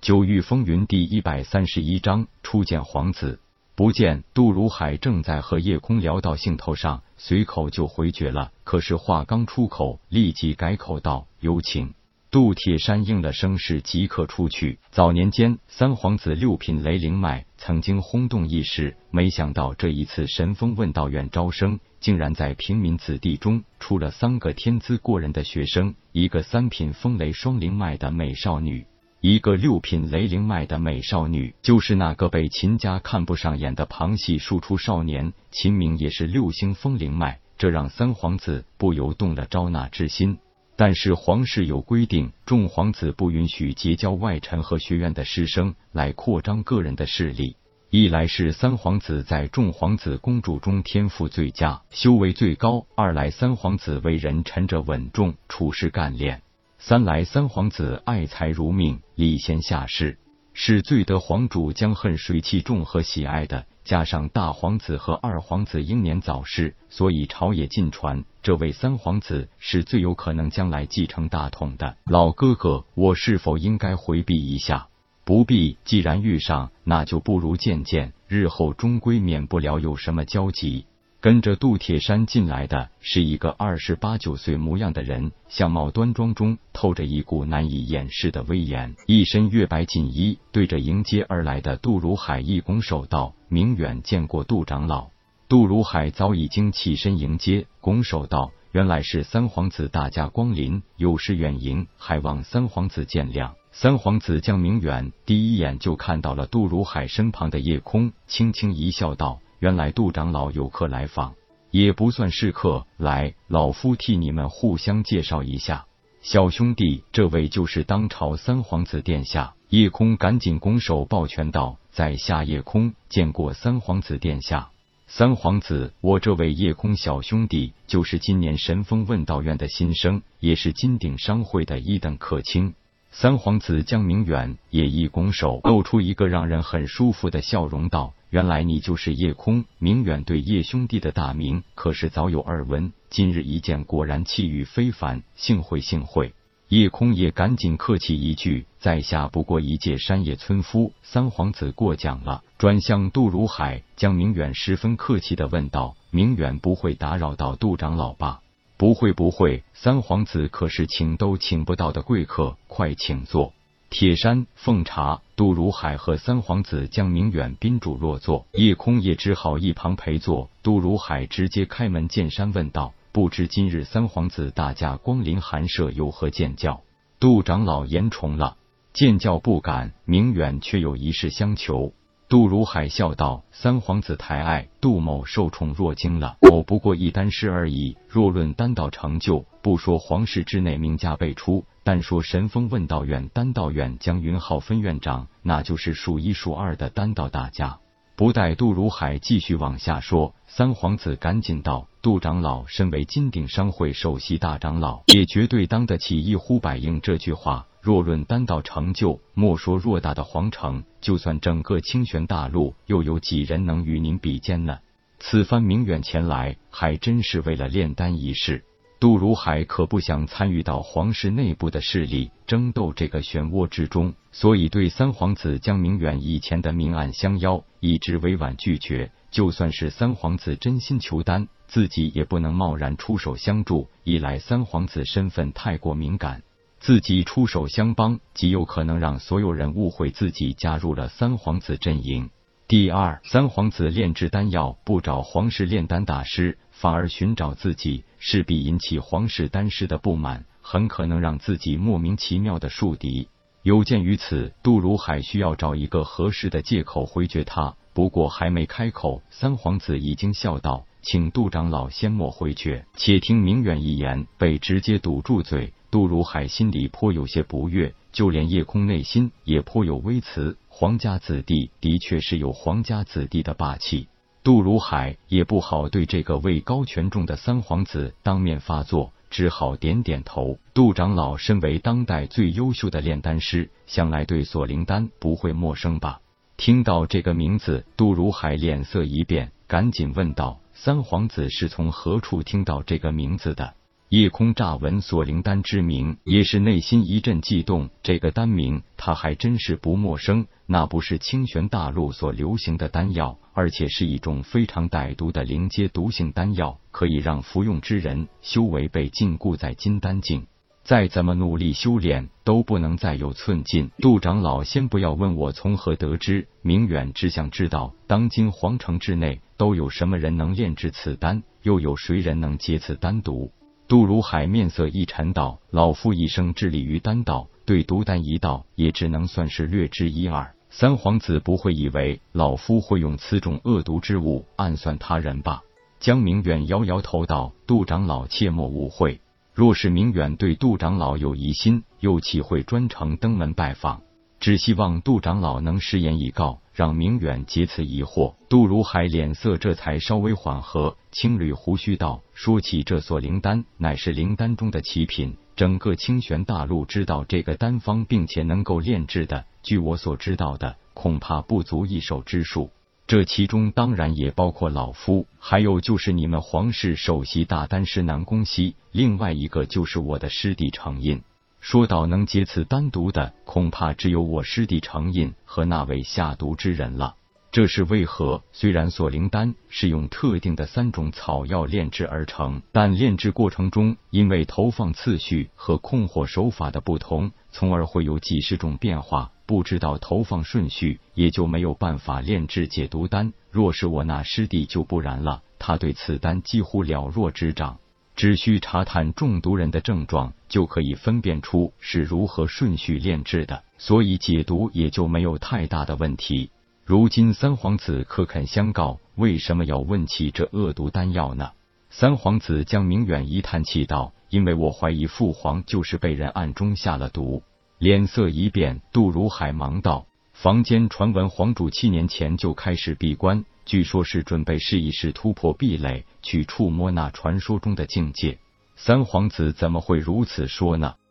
九域风云第131章初见皇子。不见杜如海正在和叶空聊到兴头上，随口就回绝了。可是话刚出口，立即改口道：“有请。”杜铁山应了声是，即刻出去。早年间，三皇子6品雷灵脉曾经轰动一时，没想到这一次神风问道院招生，竟然在平民子弟中出了3个天资过人的学生，一个3品风雷双灵脉的美少女，一个6品雷灵脉的美少女，就是那个被秦家看不上眼的旁系庶出少年，秦明也是6星风灵脉，这让三皇子不由动了招纳之心。但是皇室有规定，众皇子不允许结交外臣和学院的师生，来扩张个人的势力。一来是三皇子在众皇子公主中天赋最佳，修为最高；二来三皇子为人沉着稳重，处事干练；三来三皇子爱财如命，礼贤下士，是最得皇主将恨水气重和喜爱的。加上大皇子和二皇子英年早逝，所以朝野尽传，这位三皇子是最有可能将来继承大统的。老哥哥，我是否应该回避一下？不必，既然遇上，那就不如见见，日后终归免不了有什么交集。跟着杜铁山进来的是一个28、9岁模样的人，相貌端庄中透着一股难以掩饰的威严，一身月白锦衣，对着迎接而来的杜如海一拱手道：“明远见过杜长老。”杜如海早已经起身迎接，拱手道：“原来是三皇子大驾光临，有失远迎，还望三皇子见谅。”三皇子江明远第一眼就看到了杜如海身旁的夜空，轻轻一笑道：“原来杜长老有客来访，也不算是客，来，老夫替你们互相介绍一下。小兄弟，这位就是当朝三皇子殿下。”夜空赶紧拱手抱拳道：“在下夜空，见过三皇子殿下。”三皇子，我这位夜空小兄弟就是今年神风问道院的新生，也是金鼎商会的1等客卿。三皇子江明远也一拱手，露出一个让人很舒服的笑容道：“原来你就是夜空。”明远对叶兄弟的大名可是早有耳闻，今日一见，果然气宇非凡，幸会幸会。夜空也赶紧客气一句：“在下不过一介山野村夫，三皇子过奖了。”转向杜如海，江明远十分客气的问道：“明远不会打扰到杜长老吧？”“不会不会，三皇子可是请都请不到的贵客，快请坐。”铁山奉茶，杜如海和三皇子江明远宾主落座，夜空也只好一旁陪坐。杜如海直接开门见山问道：“不知今日三皇子大驾光临寒舍，有何见教？”杜长老言重了，见教不敢，明远却有一事相求。杜如海笑道：“三皇子抬爱，杜某受宠若惊了。某不过一丹师而已，若论丹道成就，不说皇室之内名家辈出，单说神风问道院丹道院江云浩分院长，那就是数1数2的丹道大家。”不待杜如海继续往下说，三皇子赶紧道：“杜长老身为金鼎商会首席大长老，也绝对当得起一呼百应这句话。若论丹道成就，莫说偌大的皇城，就算整个清玄大陆，又有几人能与您比肩呢？此番明远前来，还真是为了炼丹一事。”杜如海可不想参与到皇室内部的势力争斗这个漩涡之中，所以对三皇子江明远以前的明暗相邀一直委婉拒绝。就算是三皇子真心求丹，自己也不能贸然出手相助，一来三皇子身份太过敏感，自己出手相帮，极有可能让所有人误会自己加入了三皇子阵营。第二，三皇子炼制丹药不找皇室炼丹大师，反而寻找自己，势必引起皇室丹师的不满，很可能让自己莫名其妙的树敌。有鉴于此，杜如海需要找一个合适的借口回绝他。不过还没开口，三皇子已经笑道：“请杜长老先莫回绝，且听明远一言。”被直接堵住嘴，杜如海心里颇有些不悦，就连夜空内心也颇有微词。皇家子弟的确是有皇家子弟的霸气，杜如海也不好对这个位高权重的三皇子当面发作，只好点点头。杜长老身为当代最优秀的炼丹师，想来对锁灵丹不会陌生吧？听到这个名字，杜如海脸色一变，赶紧问道：“三皇子是从何处听到这个名字的？” 叶空乍闻锁灵丹之名，也是内心一阵悸动。这个丹名他还真是不陌生，那不是清玄大陆所流行的丹药，而且是一种非常歹毒的灵阶毒性丹药，可以让服用之人修为被禁锢在金丹境，再怎么努力修炼都不能再有寸进。杜长老，先不要问我从何得知，明远只想知道当今皇城之内都有什么人能炼制此丹，又有谁人能解此丹毒？杜如海面色一沉道：老夫一生致力于丹道，对毒丹一道也只能算是略知一二。三皇子不会以为老夫会用此种恶毒之物暗算他人吧？江明远摇摇头道：杜长老切莫误会，若是明远对杜长老有疑心，又岂会专程登门拜访？只希望杜长老能实言以告，让明远解此疑惑。杜如海脸色这才稍微缓和，轻捋胡须道：说起这锁灵丹，乃是灵丹中的奇品，整个清玄大陆知道这个丹方并且能够炼制的，据我所知道的，恐怕不足一手之数。这其中当然也包括老夫，还有就是你们皇室首席大丹师南宫熙，另外一个就是我的师弟程印。说到能解此丹毒的，恐怕只有我师弟程印和那位下毒之人了。这是为何？虽然锁灵丹是用特定的3种草药炼制而成，但炼制过程中因为投放次序和控火手法的不同，从而会有几十种变化，不知道投放顺序，也就没有办法炼制解毒丹。若是我那师弟就不然了，他对此丹几乎了若指掌，只需查探中毒人的症状，就可以分辨出是如何顺序炼制的，所以解毒也就没有太大的问题。如今三皇子可肯相告，为什么要问起这恶毒丹药呢？三皇子江明远一叹气道：因为我怀疑父皇就是被人暗中下了毒。脸色一变，杜如海忙道：坊间传闻皇主7年前就开始闭关，据说是准备试一试突破壁垒，去触摸那传说中的境界。三皇子怎么会如此说呢？